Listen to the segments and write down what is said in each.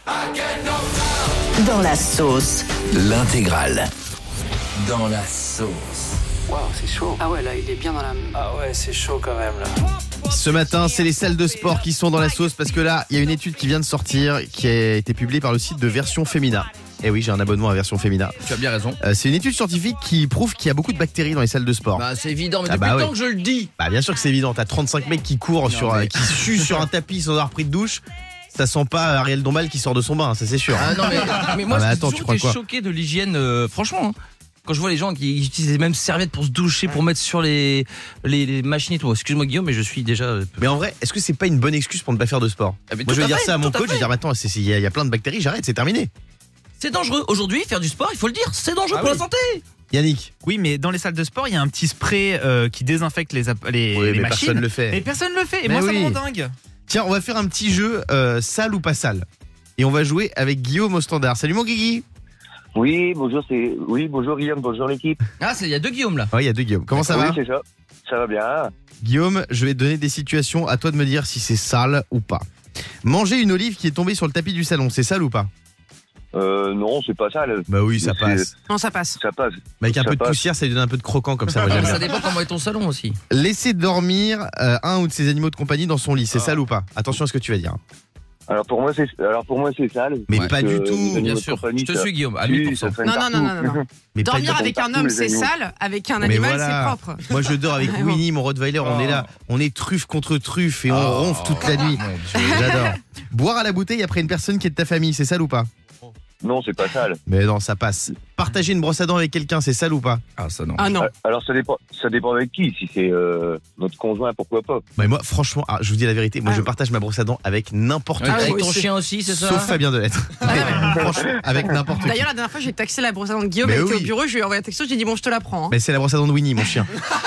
Dans la sauce. L'intégrale. Dans la sauce. Waouh, c'est chaud. Ah ouais, là, il est bien dans la... Ah ouais, c'est chaud quand même là. Ce matin, c'est les salles de sport qui sont dans la sauce parce que là, il y a une étude qui vient de sortir qui a été publiée par le site de Version Femina. Et oui, j'ai un abonnement à Version Femina. Tu as bien raison. C'est une étude scientifique qui prouve qu'il y a beaucoup de bactéries dans les salles de sport. Bah c'est évident, mais Ah depuis bah le temps ouais. que je le dis. Bah bien sûr que c'est évident, t'as 35 mecs qui courent qui suent sur un tapis sans avoir pris de douche. Ça sent pas Ariel Dombal qui sort de son bain, ça c'est sûr. Ah non mais moi Ah, mais j'ai attends, tu toujours crois été quoi choqué de l'hygiène, franchement. Quand je vois les gens qui utilisent les mêmes serviettes pour se doucher, pour mettre sur les machines et tout. Excuse-moi Guillaume, mais je suis déjà... Mais en vrai, est-ce que c'est pas une bonne excuse pour ne pas faire de sport? Ah, mais Moi je tout vais à dire fait, ça à mon tout à coach, je vais fait. dire maintenant, il y a plein de bactéries, j'arrête, c'est terminé. C'est dangereux. Aujourd'hui, faire du sport, il faut le dire, c'est dangereux pour la santé. Yannick? Oui, mais dans les salles de sport, il y a un petit spray qui désinfecte les Oui, mais machines. personne le fait. Et personne le fait. Et Mais moi, ça oui. me rend dingue. Tiens, on va faire un petit jeu sale ou pas sale. Et on va jouer avec Guillaume au standard. Salut mon Guigui. Oui, bonjour Guillaume, bonjour l'équipe. Ah, il y a deux Guillaume là. Ouais, il y a deux Guillaume. Comment ça oui, va? c'est ça. Ça va bien. Guillaume, je vais te donner des situations, à toi de me dire si c'est sale ou pas. Manger une olive qui est tombée sur le tapis du salon, c'est sale ou pas? Non, c'est pas sale. Bah oui, ça C'est- passe. Non, ça passe. Ça passe. Mais avec un Ça peu de passe. poussière, ça lui donne un peu de croquant comme ça, moi j'aime Ça bien. dépend comment est ton salon aussi. Laisser dormir un ou de ses animaux de compagnie dans son lit, c'est sale ou pas? Attention à ce que tu vas dire. Alors pour moi c'est sale. Mais Ouais. pas du les tout. animaux Bien de sûr. compagnie, Je te ça- suis Guillaume, à Si, 1000%. ça traîne Non, non, partout. non, non, non. Mais pas Dormir du tout. avec un partout, homme, les c'est animaux. sale. Avec un Mais animal, voilà. c'est propre. Moi je dors avec Ah bon. Winnie, mon Rottweiler, on est là. On est truffe contre truffe et on Oh. ronfle toute la nuit. J'adore. Boire à la bouteille après une personne qui est de ta famille, c'est sale ou pas? Non, c'est pas sale. Mais non, ça passe. Partager une brosse à dents avec quelqu'un, c'est sale ou pas? Ah ça non. Ah non. Alors ça dépend avec qui. Si c'est notre conjoint, pourquoi pas. Mais moi, franchement, je vous dis la vérité, moi Ah. je partage ma brosse à dents avec n'importe Ouais, qui. avec oui, ton c'est- chien aussi, c'est ça? Sauf Fabien Delettre. Franchement, avec n'importe qui. D'ailleurs, la dernière fois, j'ai taxé la brosse à dents de Guillaume. Mais Elle était oui. au bureau, je lui ai envoyé un texto, j'ai dit bon, je te la prends. hein. Mais c'est la brosse à dents de Winnie, mon chien.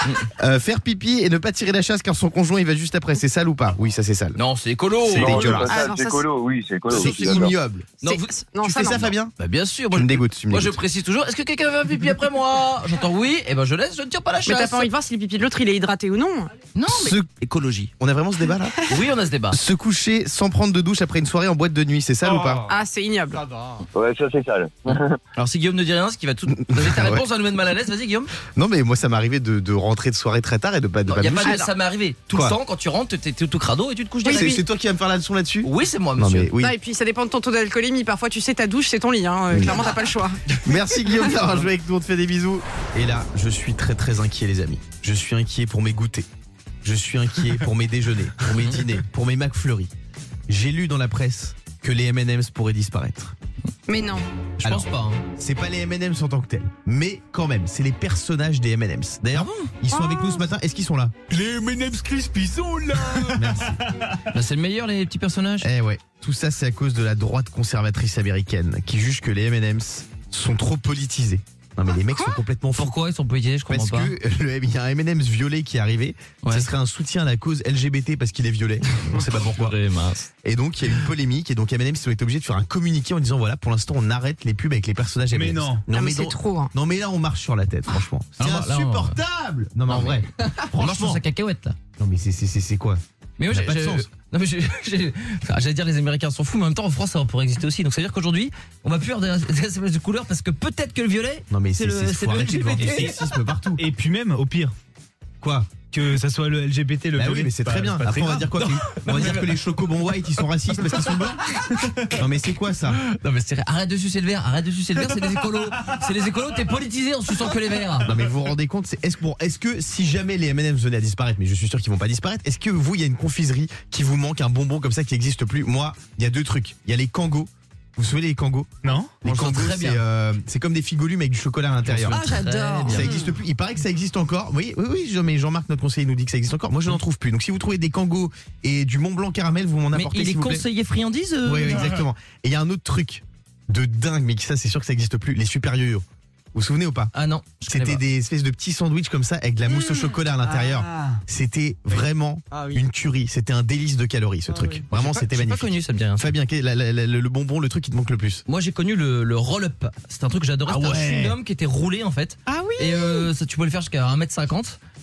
Faire pipi et ne pas tirer la chasse car son conjoint il va juste après, c'est sale ou pas? Oui, ça c'est sale. Non, c'est écolo. C'est Non, dégueulasse. pas sale, Ah, non, c'est ça, écolo, oui, c'est écolo. C'est je suis d'accord. ignoble. Non, Non, Tu ça, fais non. ça, Fabien? Bah bien sûr. Tu me dégoûtes, Moi je précise toujours, est-ce que quelqu'un veut un pipi après moi? J'entends oui, et ben je laisse, je ne tire pas la Mais chasse. t'as pas envie de voir si le pipi de l'autre il est hydraté ou non? Non mais... Se- Écologie. On a vraiment ce débat là? Oui, on a ce débat. Se coucher sans prendre de douche après une soirée en boîte de nuit, c'est sale ou pas? Ah, c'est ignoble. Ouais, ça c'est sale. Alors si Guillaume ne dit rien, ce qui va tout donner ta Ouais. réponse va nous mettre mal à l'aise, vas-y Guillaume. Non mais moi ça m'est arrivé de rentrer de soirée très tard et de pas Non, me y a pas doucher. de... Ça m'est arrivé tout Quoi le temps, quand tu rentres, t'es tout crado et tu te couches Oui, direct. C'est toi qui vas me faire la leçon là-dessus? Oui, c'est moi Non monsieur. mais oui. Non, et puis ça dépend de ton taux d'alcoolémie. Parfois, tu sais, ta douche, c'est ton lit. Hein. Clairement, t'as pas le choix. Merci Guillaume d'avoir joué avec nous, on te fait des bisous. Et là, je suis très très inquiet les amis. Je suis inquiet pour mes goûters. Je suis inquiet pour mes déjeuners, pour mes dîners, pour mes McFlurry. J'ai lu dans la presse que les M&M's pourraient disparaître. Mais non. Je Alors, pense pas. Hein. C'est pas les M&M's en tant que tels, mais quand même, c'est les personnages des M&M's. D'ailleurs, ils sont avec nous ce matin. Est-ce qu'ils sont là? Les M&M's Crispy sont là. Merci. Bah, c'est le meilleur les petits personnages. Eh ouais, tout ça c'est à cause de la droite conservatrice américaine qui juge que les M&M's sont trop politisés. Non mais les mecs sont complètement fous. Pourquoi ils sont politisés, je comprends Parce pas. que il y a un M&M's violet qui est arrivé. Ouais. Ça serait un soutien à la cause LGBT parce qu'il est violet. On sait pas pourquoi. Mince. Et donc il y a eu une polémique et donc M&M's ont été obligés de faire un communiqué en disant voilà pour l'instant on arrête les pubs avec les personnages Mais M&M's. non. Non, mais c'est donc- trop. Hein. Non mais là on marche sur la tête franchement. C'est Alors, là, insupportable. Non mais en vrai. On marche sur Franchement. sa cacahuète là. Non mais c'est quoi? Mais moi, Ça n'a pas de sens. Non mais enfin, j'allais dire les Américains sont fous, mais en même temps en France ça pourrait exister aussi. Donc ça veut dire qu'aujourd'hui on va plus avoir des espèces de couleurs parce que peut-être que le violet. Non mais C'est le- c'est faut le arrêter de voir du LGBT. sexisme partout. Et puis même, au pire, Quoi? que ça soit le LGBT, le Bah violet, oui, mais c'est très bien. pas Après, très on va grave. dire quoi? On va dire que les chocobons white ils sont racistes parce qu'ils sont blancs? Non, mais c'est quoi ça? Non mais arrête de sucer le verre, arrête de sucer le verre, c'est les écolos. C'est les écolos, t'es politisé en suçant que les verres. Non, mais vous vous rendez compte? Est-ce que si jamais les M&M's venaient à disparaître, mais je suis sûr qu'ils vont pas disparaître, est-ce que vous, il y a une confiserie qui vous manque, un bonbon comme ça qui n'existe plus? Moi, il y a deux trucs. Il y a les Kangos. Vous vous souvenez des Kangos? Non. Les On le sent Kangos, très bien. c'est comme des figolumes avec du chocolat à l'intérieur. Ah, j'adore. Ça existe plus. Il paraît que ça existe encore. Oui, mais Jean-Marc, notre conseiller, nous dit que ça existe encore. Moi, je n'en trouve plus. Donc, si vous trouvez des Kangos et du Mont Blanc caramel, vous m'en Mais apportez. il est s'il vous plaît. conseiller friandise Oui, exactement. Et il y a un autre truc de dingue, mais ça, c'est sûr que ça existe plus. Les super yo-yo. Vous vous souvenez ou pas? Ah non, je connais C'était pas. des espèces de petits sandwichs comme ça avec de la mousse au chocolat à l'intérieur. C'était vraiment une tuerie. C'était un délice de calories, ce truc. Vraiment, c'était J'ai pas magnifique. connu, ça me dit rien. Fabien, le bonbon, le truc qui te manque le plus? Moi j'ai connu le roll-up. C'est un truc que j'adorais. Ah C'était ouais. un chewing-gum qui était roulé en fait. Ah oui. Et ça, tu pouvais le faire jusqu'à 1m50.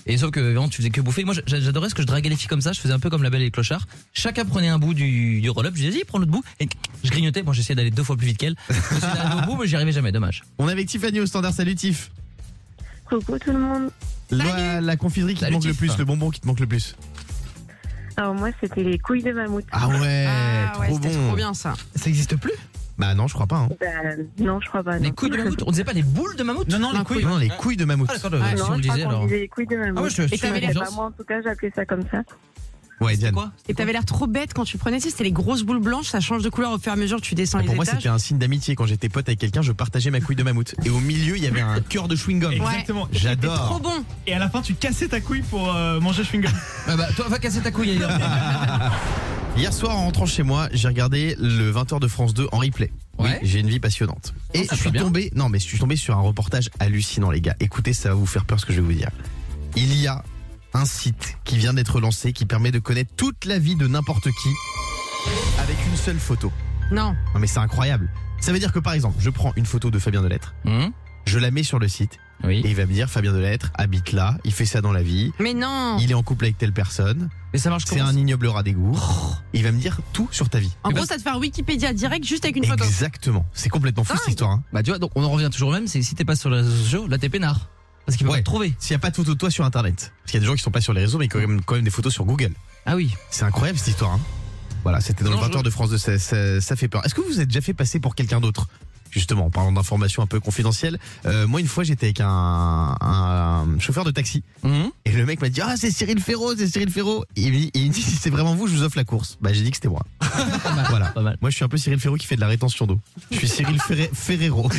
Et sauf que vraiment, tu faisais que bouffer. Moi, j'adorais ce que je draguais les filles comme ça. Je faisais un peu comme la Belle et les Clochards. Chacun prenait un bout du roll-up. Je disais, vas-y, prends l'autre bout. Et je grignotais. Bon, j'essayais d'aller 2 fois plus vite qu'elle. Je suis allé au bout, mais j'y arrivais jamais. Dommage. On est avec Tiffany au standard. Salut Tiff. Coucou tout le monde. La confiserie qui te Salut, manque le Tiff. plus, le bonbon qui te manque le plus. Alors moi c'était les couilles de mammouth. Ah ouais, Ah ouais, trop c'était bon. trop bien ça. Ça existe plus? Bah non, je crois pas. Hein. Non, je crois pas. Les Non. couilles de mammouth? On disait pas les boules de mammouth? Non, les couilles. Non, les couilles de mammouth. Ah, d'accord, Ouais. si Non, on le je crois disait qu'on alors. disait les couilles de mammouth. Ah ouais, je Et suis t'avais la les- Bah, moi en tout cas j'appelais ça comme ça. Ouais, C'est Diane. quoi? Et t'avais l'air trop bête quand tu prenais, tu sais, c'était les grosses boules blanches, ça change de couleur au fur et à mesure que tu descends les Pour moi, étages. c'était un signe d'amitié. Quand j'étais pote avec quelqu'un, je partageais ma couille de mammouth. Et au milieu, il y avait un cœur de chewing-gum. Exactement. C'était trop J'adore. bon. Et à la fin, tu cassais ta couille pour manger chewing-gum. Ah bah, toi, va casser ta couille ailleurs. Hier soir, en rentrant chez moi, j'ai regardé le 20h de France 2 en replay. Oui, Ouais. j'ai une vie passionnante. Et ça je suis va bien. tombé, je suis tombé sur un reportage hallucinant, les gars. Écoutez, ça va vous faire peur ce que je vais vous dire. Il y a un site qui vient d'être lancé qui permet de connaître toute la vie de n'importe qui avec une seule photo. Non. Non mais c'est incroyable. Ça veut dire que par exemple, je prends une photo de Fabien Delettre, je la mets sur le site Oui. et il va me dire Fabien Delettre habite là, il fait ça dans la vie, Mais non. il est en couple avec telle personne, Mais ça marche c'est comment? un ignoble rat d'égout. Il va me dire tout sur ta vie. En gros, ça te fait un Wikipédia direct juste avec une photo. Exactement. C'est complètement fou cette histoire. Hein. Bah, tu vois, donc on en revient toujours au même, c'est si t'es pas sur les réseaux sociaux, là t'es peinard. Parce qu'il peut pas Ouais. te trouver. S'il n'y a pas de photo de toi sur internet, parce qu'il y a des gens qui sont pas sur les réseaux mais quand même des photos sur Google. Ah oui. C'est incroyable cette histoire. Hein. Voilà, c'était dans Non, le 20h de France 2, ça fait peur. Est-ce que vous vous êtes déjà fait passer pour quelqu'un d'autre? Justement, en parlant d'informations un peu confidentielles, moi une fois j'étais avec un chauffeur de taxi et le mec m'a dit c'est Cyril Ferraud. Et il me dit si c'est vraiment vous, je vous offre la course. Bah j'ai dit que c'était moi. Voilà. Pas mal. Moi je suis un peu Cyril Ferraud qui fait de la rétention d'eau. Je suis Cyril Ferrero.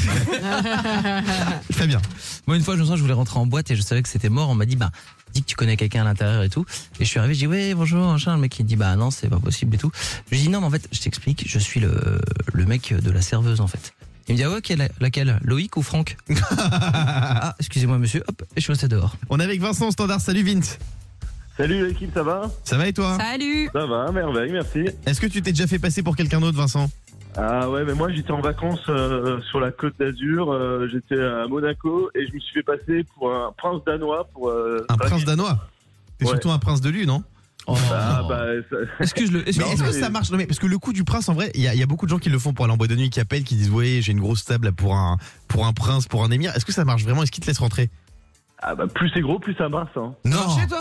Très bien. Moi, une fois, je voulais rentrer en boîte et je savais que c'était mort. On m'a dit, bah, dis que tu connais quelqu'un à l'intérieur et tout. Et je suis arrivé, je dis, ouais, bonjour, machin. Le mec, il dit, bah, non, c'est pas possible et tout. Je lui dis, non, mais en fait, je t'explique, je suis le mec de la serveuse, en fait. Il me dit, ah ouais, laquelle? Loïc ou Franck? Ah, excusez-moi, monsieur. Hop, et je suis resté dehors. On est avec Vincent au standard. Salut Vince. Salut l'équipe, ça va? Ça va et toi? Salut. Ça va, merveille, merci. Est-ce que tu t'es déjà fait passer pour quelqu'un d'autre, Vincent? Ah ouais, mais moi j'étais en vacances sur la Côte d'Azur, j'étais à Monaco et je me suis fait passer pour un prince danois. Un prince danois? T'es Ouais. surtout un prince de lu, non? Oh, Ah non. bah, ça- Excuse-le. Mais est-ce que ça marche? Non mais parce que le coup du prince, en vrai, il y a beaucoup de gens qui le font pour aller en boîte de nuit, qui appellent, qui disent ouais j'ai une grosse table là, pour un prince, pour un émir. Est-ce que ça marche vraiment? Est-ce qu'ils te laissent rentrer? ah bah plus c'est gros, plus ça marche. Hein. Non. Marché, toi?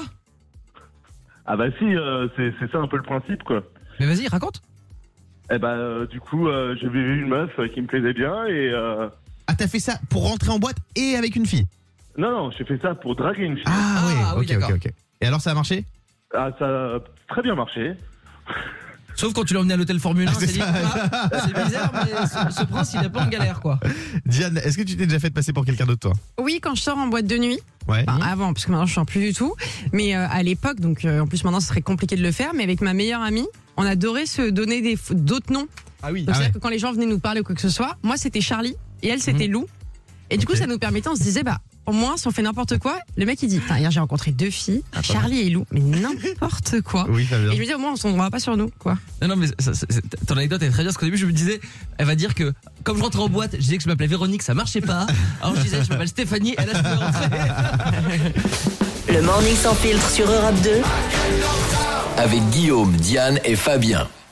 Ah bah si, c'est ça un peu le principe quoi. Mais vas-y, raconte. Eh bah du coup j'avais vu une meuf qui me plaisait bien et Ah t'as fait ça pour rentrer en boîte et avec une fille? non, j'ai fait ça pour draguer une fille. Ah ouais. Ah oui, ok d'accord. ok. Et alors ça a marché? Ah ça a très bien marché. Sauf quand tu l'as emmené à l'hôtel Formule 1, c'est c'est dit, ça. ah, c'est bizarre, mais ce prince, il est pas en galère, quoi. Diane, est-ce que tu t'es déjà fait passer pour quelqu'un d'autre toi? Oui, quand je sors en boîte de nuit. Ouais. Enfin, avant, parce que maintenant je sors plus du tout. Mais à l'époque, donc en plus maintenant ce serait compliqué de le faire, mais avec ma meilleure amie, on adorait se donner d'autres noms. Ah oui. Donc c'est-à-dire que quand les gens venaient nous parler ou quoi que ce soit, moi c'était Charlie et elle c'était Lou. Et du coup Ok. ça nous permettait, on se disait bah au moins si on fait n'importe quoi, le mec il dit putain hier j'ai rencontré 2 filles, Charlie et Lou, mais n'importe quoi. Oui, Fabien. Et je me dis au moins on s'en tombera pas sur nous quoi. Non, mais ton anecdote est très bien, parce qu'au début, je me disais, elle va dire que, comme je rentrais en boîte, je disais que je m'appelais Véronique, ça marchait pas. Alors je disais, je m'appelle Stéphanie, et là, je pouvais rentrer. Le morning sans filtre sur Europe 2. Avec Guillaume, Diane et Fabien.